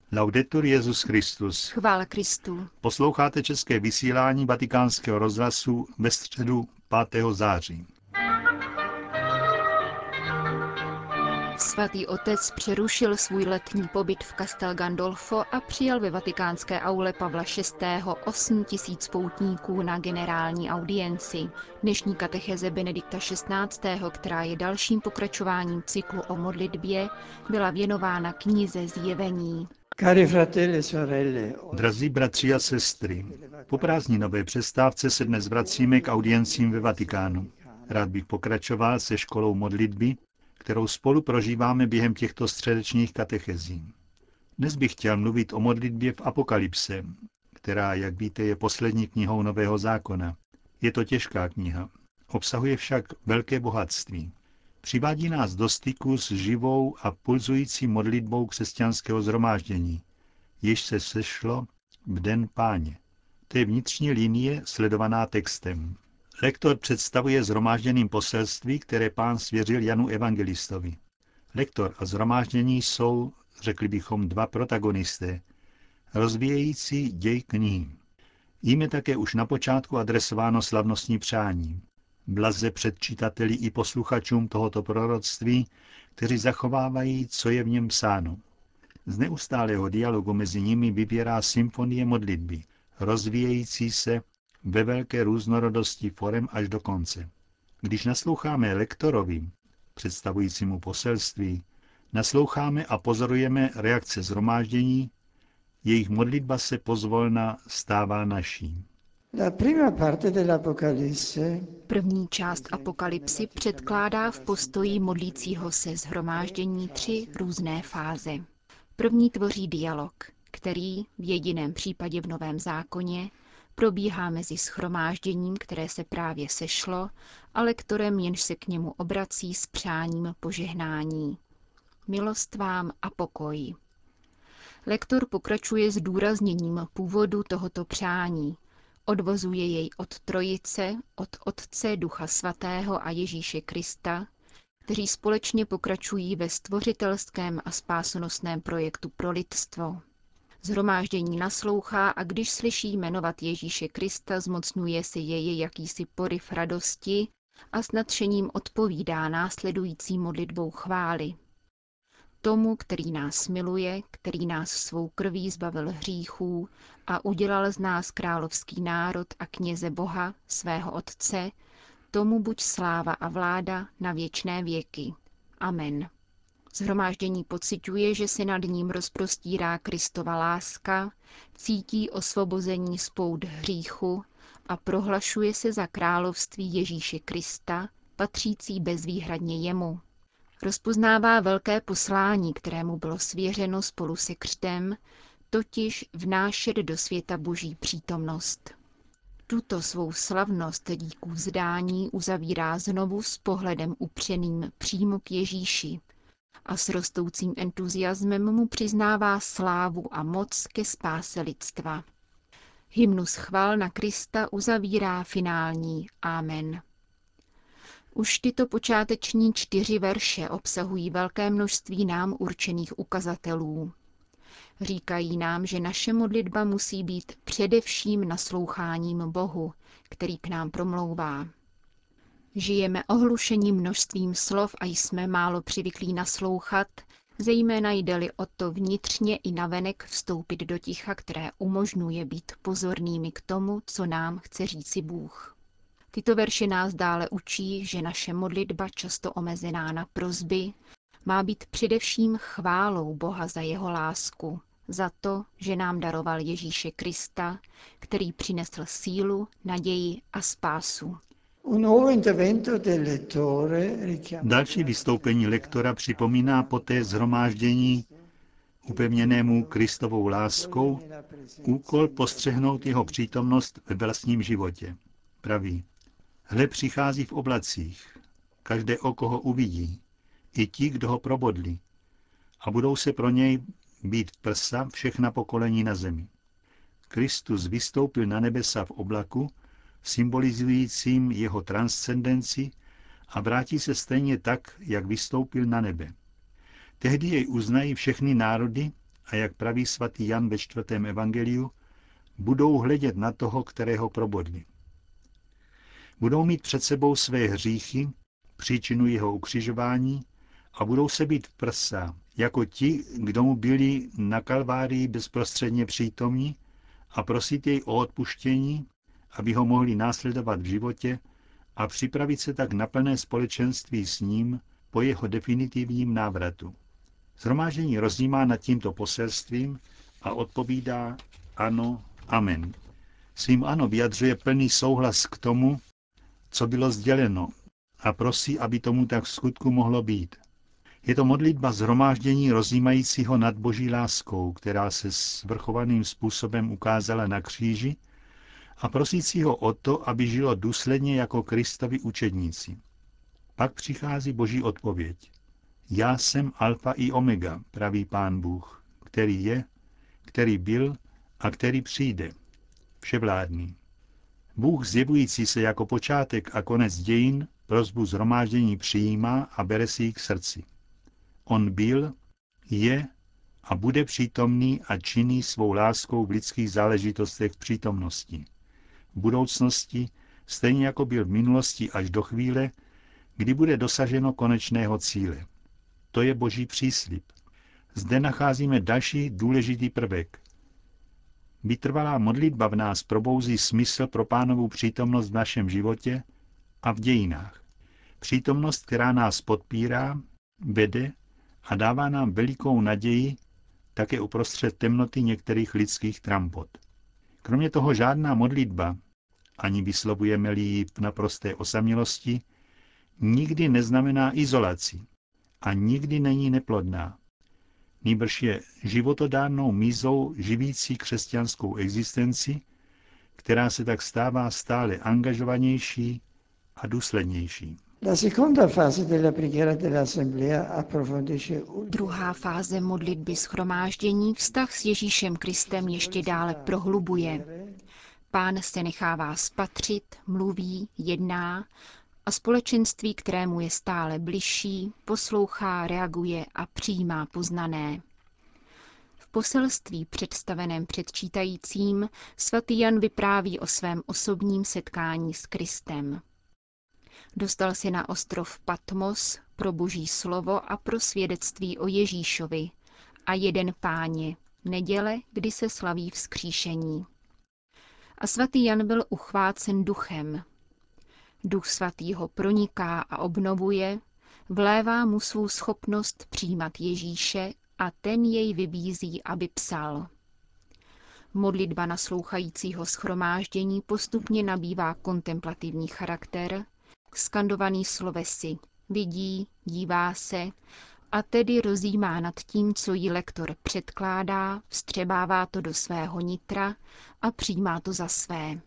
Laudetur Jesus Christus. Chvála Kristu. Posloucháte české vysílání Vatikánského rozhlasu ve středu 5. září. Svatý otec přerušil svůj letní pobyt v Castel Gandolfo a přijal ve vatikánské aule Pavla VI. 8 000 poutníků na generální audienci. Dnešní katecheze Benedikta XVI., která je dalším pokračováním cyklu o modlitbě, byla věnována knize Zjevení. Drazí bratři a sestry, po prázdninové přestávce se dnes vracíme k audiencím ve Vatikánu. Rád bych pokračoval se školou modlitby, kterou spolu prožíváme během těchto středečních katechezí. Dnes bych chtěl mluvit o modlitbě v Apokalypse, která, jak víte, je poslední knihou Nového zákona. Je to těžká kniha, obsahuje však velké bohatství. Přivádí nás do styku s živou a pulzující modlitbou křesťanského shromáždění, jež se sešlo v den Páně. To je vnitřní linie sledovaná textem. Lektor představuje shromážděným poselství, které Pán svěřil Janu Evangelistovi. Lektor a shromáždění jsou, řekli bychom, dva protagonisté, rozvíjející děj knihy. Jím je také už na počátku adresováno slavnostní přání. Blaze před čítateli i posluchačům tohoto proroctví, kteří zachovávají, co je v něm psáno. Z neustálého dialogu mezi nimi vybírá symfonie modlitby, rozvíjející se ve velké různorodosti forem až do konce. Když nasloucháme lektorovi, představujícímu poselství, nasloucháme a pozorujeme reakce shromáždění, jejich modlitba se pozvolna stává naší. První část Apokalypsy předkládá v postoji modlícího se shromáždění 3 různé fáze. První tvoří dialog, který v jediném případě v Novém zákoně probíhá mezi shromážděním, které se právě sešlo, a lektorem, jenž se k němu obrací s přáním požehnání. Milost vám a pokoj. Lektor pokračuje s důrazněním původu tohoto přání. Odvozuje jej od Trojice, od Otce, Ducha Svatého a Ježíše Krista, kteří společně pokračují ve stvořitelském a spásonosném projektu pro lidstvo. Shromáždění naslouchá a když slyší jmenovat Ježíše Krista, zmocňuje se jej jakýsi poryv radosti a s nadšením odpovídá následující modlitbou chvály. Tomu, který nás miluje, který nás svou krví zbavil hříchů a udělal z nás královský národ a kněze Boha, svého Otce, tomu buď sláva a vláda na věčné věky. Amen. Shromáždění pociťuje, že se nad ním rozprostírá Kristova láska, cítí osvobození z pout hříchu a prohlašuje se za království Ježíše Krista, patřící bezvýhradně jemu. Rozpoznává velké poslání, kterému bylo svěřeno spolu se křtem, totiž vnášet do světa Boží přítomnost. Tuto svou slavnost díků vzdání uzavírá znovu s pohledem upřeným přímo k Ježíši a s rostoucím entuziasmem mu přiznává slávu a moc ke spáse lidstva. Hymnus chvál na Krista uzavírá finální Amen. Už tyto počáteční 4 verše obsahují velké množství nám určených ukazatelů. Říkají nám, že naše modlitba musí být především nasloucháním Bohu, který k nám promlouvá. Žijeme ohlušení množstvím slov a jsme málo přivyklí naslouchat, zejména jde-li o to vnitřně i navenek vstoupit do ticha, které umožňuje být pozornými k tomu, co nám chce říci Bůh. Tyto verše nás dále učí, že naše modlitba, často omezená na prosby, má být především chválou Boha za jeho lásku, za to, že nám daroval Ježíše Krista, který přinesl sílu, naději a spásu. Další vystoupení lektora připomíná poté shromáždění upevněnému Kristovou láskou úkol postřehnout jeho přítomnost ve vlastním životě. Praví: Hle, přichází v oblacích, každé oko ho uvidí, i ti, kdo ho probodli, a budou se pro něj bít prsa všechna pokolení na zemi. Kristus vystoupil na nebesa v oblaku, symbolizujícím jeho transcendenci, a vrátí se stejně tak, jak vystoupil na nebe. Tehdy jej uznají všechny národy a jak praví svatý Jan ve 4. evangeliu, budou hledět na toho, kterého probodli. Budou mít před sebou své hříchy, příčinu jeho ukřižování a budou se bít v prsa, jako ti, kdo mu byli na Kalvárii bezprostředně přítomní a prosit jej o odpuštění, aby ho mohli následovat v životě a připravit se tak na plné společenství s ním po jeho definitivním návratu. Shromáždění rozjímá nad tímto poselstvím a odpovídá ano, amen. Svým ano vyjadřuje plný souhlas k tomu, co bylo sděleno, a prosí, aby tomu tak v skutku mohlo být. Je to modlitba shromáždění rozjímajícího nad Boží láskou, která se svrchovaným způsobem ukázala na kříži, a prosícího o to, aby žilo důsledně jako Kristovi učedníci. Pak přichází Boží odpověď. Já jsem alfa i omega, praví Pán Bůh, který je, který byl a který přijde. Vševládný. Bůh zjevující se jako počátek a konec dějin prosbu shromáždění přijímá a bere si ji k srdci. On byl, je a bude přítomný a činný svou láskou v lidských záležitostech v přítomnosti. V budoucnosti, stejně jako byl v minulosti až do chvíle, kdy bude dosaženo konečného cíle. To je Boží příslib. Zde nacházíme další důležitý prvek. Vytrvalá modlitba v nás probouzí smysl pro Pánovu přítomnost v našem životě a v dějinách. Přítomnost, která nás podpírá, vede a dává nám velikou naději také uprostřed temnoty některých lidských trampot. Kromě toho žádná modlitba, ani vyslovujeme-li ji v naprosté osamělosti, nikdy neznamená izolaci a nikdy není neplodná. Nýbrž je životodárnou mízou živící křesťanskou existenci, která se tak stává stále angažovanější a důslednější. Druhá fáze modlitby shromáždění vztah s Ježíšem Kristem ještě dále prohlubuje. Pán se nechává spatřit, mluví, jedná a společenství, kterému je stále bližší, poslouchá, reaguje a přijímá poznané. V poselství představeném před čítajícím svatý Jan vypráví o svém osobním setkání s Kristem. Dostal se na ostrov Patmos pro Boží slovo a pro svědectví o Ježíšovi a jeden Páně, neděle, kdy se slaví vzkříšení. A svatý Jan byl uchvácen duchem. Duch svatý ho proniká a obnovuje, vlévá mu svou schopnost přijímat Ježíše a ten jej vybízí, aby psal. Modlitba naslouchajícího shromáždění postupně nabývá kontemplativní charakter, skandovaný slovesy, vidí, dívá se a tedy rozjímá nad tím, co jí lektor předkládá, vstřebává to do svého nitra a přijímá to za své.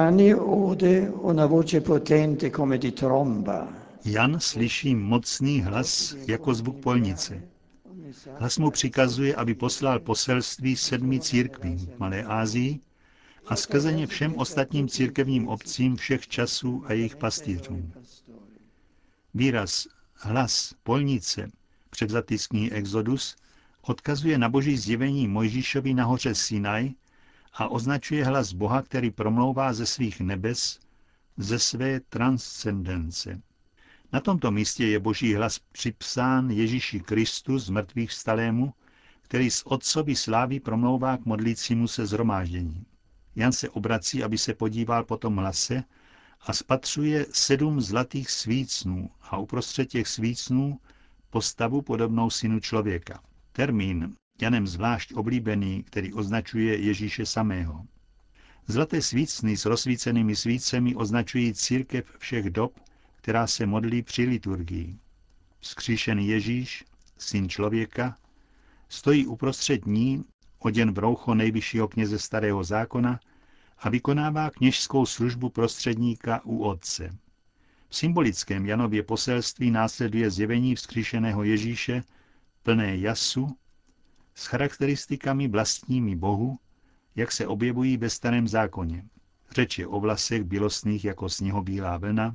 Jan slyší mocný hlas jako zvuk polnice. Hlas mu přikazuje, aby poslal poselství 7 církvím v Malé Asii a skrze ně všem ostatním církevním obcím všech časů a jejich pastýřům. Výraz hlas, polnice, převzatý z knihy Exodus, odkazuje na Boží zjevení Mojžíšovi na hoře Sinaj a označuje hlas Boha, který promlouvá ze svých nebes, ze své transcendence. Na tomto místě je Boží hlas připsán Ježíši Kristu z mrtvých vstalému, který z Otcovy slávy promlouvá k modlícímu se shromáždění. Jan se obrací, aby se podíval po tom hlase a spatřuje 7 zlatých svícnů a uprostřed těch svícnů postavu podobnou synu člověka. Termín, Janem zvlášť oblíbený, který označuje Ježíše samého. Zlaté svícny s rozsvícenými svícemi označují církev všech dob, která se modlí při liturgii. Vzkříšený Ježíš, syn člověka, stojí uprostřed ní, oděn v roucho nejvyššího kněze Starého zákona a vykonává kněžskou službu prostředníka u Otce. V symbolickém Janově poselství následuje zjevení vzkříšeného Ježíše, plné jasu, s charakteristikami vlastními Bohu, jak se objevují ve Starém zákoně. Řeč je o vlasech bělostných jako sněhobílá vlna,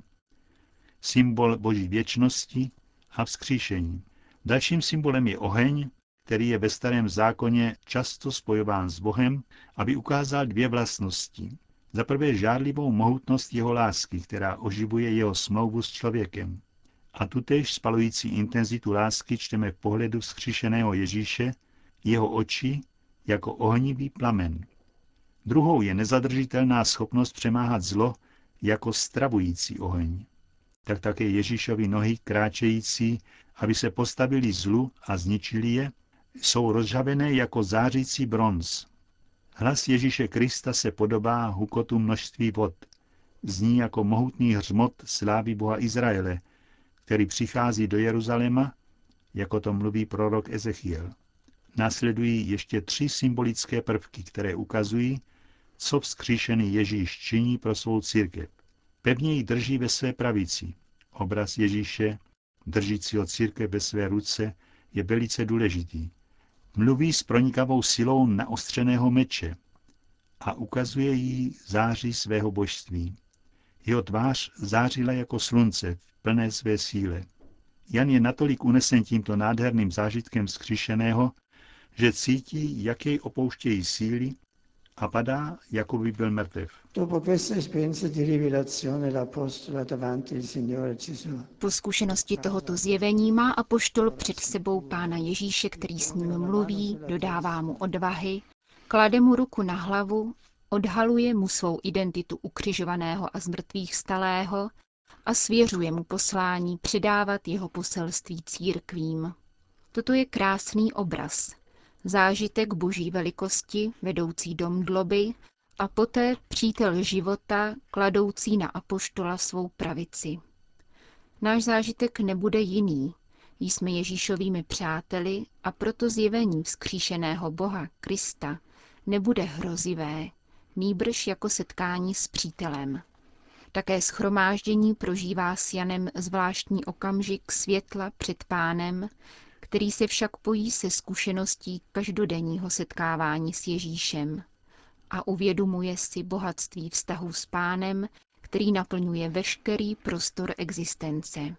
symbol Boží věčnosti a vzkříšení. Dalším symbolem je oheň, který je ve Starém zákoně často spojován s Bohem, aby ukázal dvě vlastnosti. Za prvé žárlivou mohutnost jeho lásky, která oživuje jeho smlouvu s člověkem. A tutéž spalující intenzitu lásky čteme v pohledu vzkříšeného Ježíše, jeho oči jako ohnivý plamen. Druhou je nezadržitelná schopnost přemáhat zlo jako stravující oheň. Tak také Ježíšovi nohy kráčející, aby se postavili zlu a zničili je, jsou rozžhavené jako zářící bronz. Hlas Ježíše Krista se podobá hukotu množství vod. Zní jako mohutný hřmot slávy Boha Izraele, který přichází do Jeruzaléma, jako to mluví prorok Ezechiel. Následují ještě 3 symbolické prvky, které ukazují, co vzkříšený Ježíš činí pro svou církev. Pevně ji drží ve své pravici. Obraz Ježíše, držícího církev ve své ruce, je velice důležitý. Mluví s pronikavou silou naostřeného meče a ukazuje jí září svého božství. Jeho tvář zářila jako slunce v plné své síle. Jan je natolik unesen tímto nádherným zážitkem vzkříšeného, že cítí, jak jej opouštějí síly a padá, jako by byl mrtev. Po zkušenosti tohoto zjevení má apoštol před sebou Pána Ježíše, který s ním mluví, dodává mu odvahy, klade mu ruku na hlavu, odhaluje mu svou identitu ukřižovaného a zmrtvých vstalého a svěřuje mu poslání předávat jeho poselství církvím. Toto je krásný obraz, zážitek boží velikosti, vedoucí do mdloby, a poté přítel života, kladoucí na apoštola svou pravici. Náš zážitek nebude jiný. Jsme Ježíšovými přáteli a proto zjevení vzkříšeného Boha, Krista, nebude hrozivé, nýbrž jako setkání s přítelem. Také shromáždění prožívá s Janem zvláštní okamžik světla před Pánem, který se však pojí se zkušeností každodenního setkávání s Ježíšem a uvědomuje si bohatství vztahu s Pánem, který naplňuje veškerý prostor existence.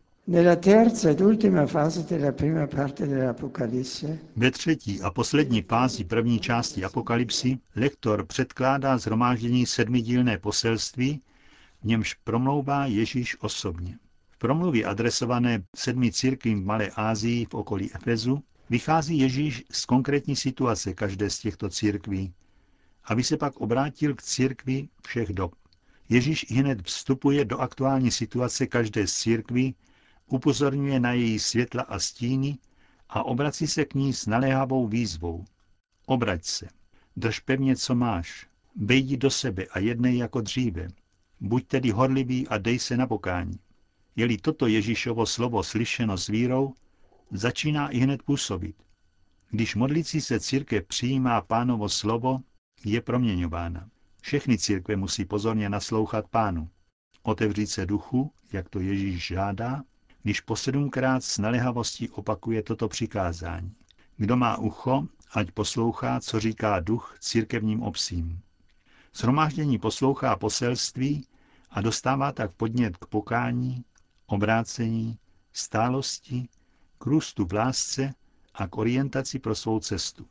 Ve třetí a poslední fázi první části Apokalypsy lektor předkládá shromáždění 7dílné poselství, v němž promlouvá Ježíš osobně. V promluvě adresované 7 církvím v Malé Asii v okolí Efezu vychází Ježíš z konkrétní situace každé z těchto církví, aby se pak obrátil k církvi všech dob. Ježíš hned vstupuje do aktuální situace každé z církví, upozorňuje na její světla a stíny a obrací se k ní s naléhavou výzvou. Obrať se, drž pevně, co máš, vejdi do sebe a jednej jako dříve. Buď tedy horlivý a dej se na pokání. Je-li toto Ježíšovo slovo slyšeno s vírou, začíná i hned působit. Když modlící se církev přijímá Pánovo slovo, je proměňována. Všechny církve musí pozorně naslouchat Pánu. Otevřít se duchu, jak to Ježíš žádá, když po 7krát s naléhavostí opakuje toto přikázání. Kdo má ucho, ať poslouchá, co říká duch církevním obcím. Shromáždění poslouchá poselství a dostává tak podnět k pokání, obrácení, stálosti, k růstu v lásce a k orientaci pro svou cestu.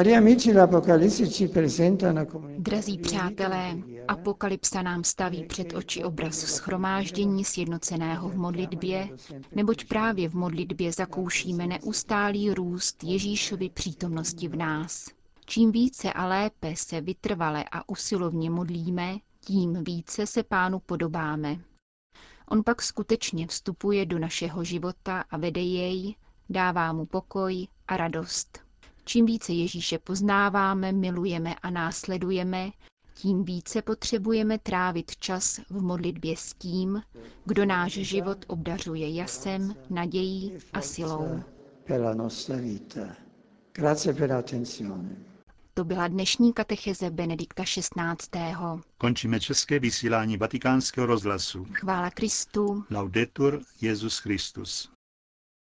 Drazí přátelé, Apokalypsa nám staví před oči obraz shromáždění sjednoceného v modlitbě, neboť právě v modlitbě zakoušíme neustálý růst Ježíšovy přítomnosti v nás. Čím více a lépe se vytrvale a usilovně modlíme, tím více se Pánu podobáme. On pak skutečně vstupuje do našeho života a vede jej, dává mu pokoj a radost. Čím více Ježíše poznáváme, milujeme a následujeme, tím více potřebujeme trávit čas v modlitbě s tím, kdo náš život obdařuje jasem, nadějí a silou. To byla dnešní katecheze Benedikta XVI. Končíme české vysílání Vatikánského rozhlasu. Chvála Kristu. Laudetur Jesus Christus.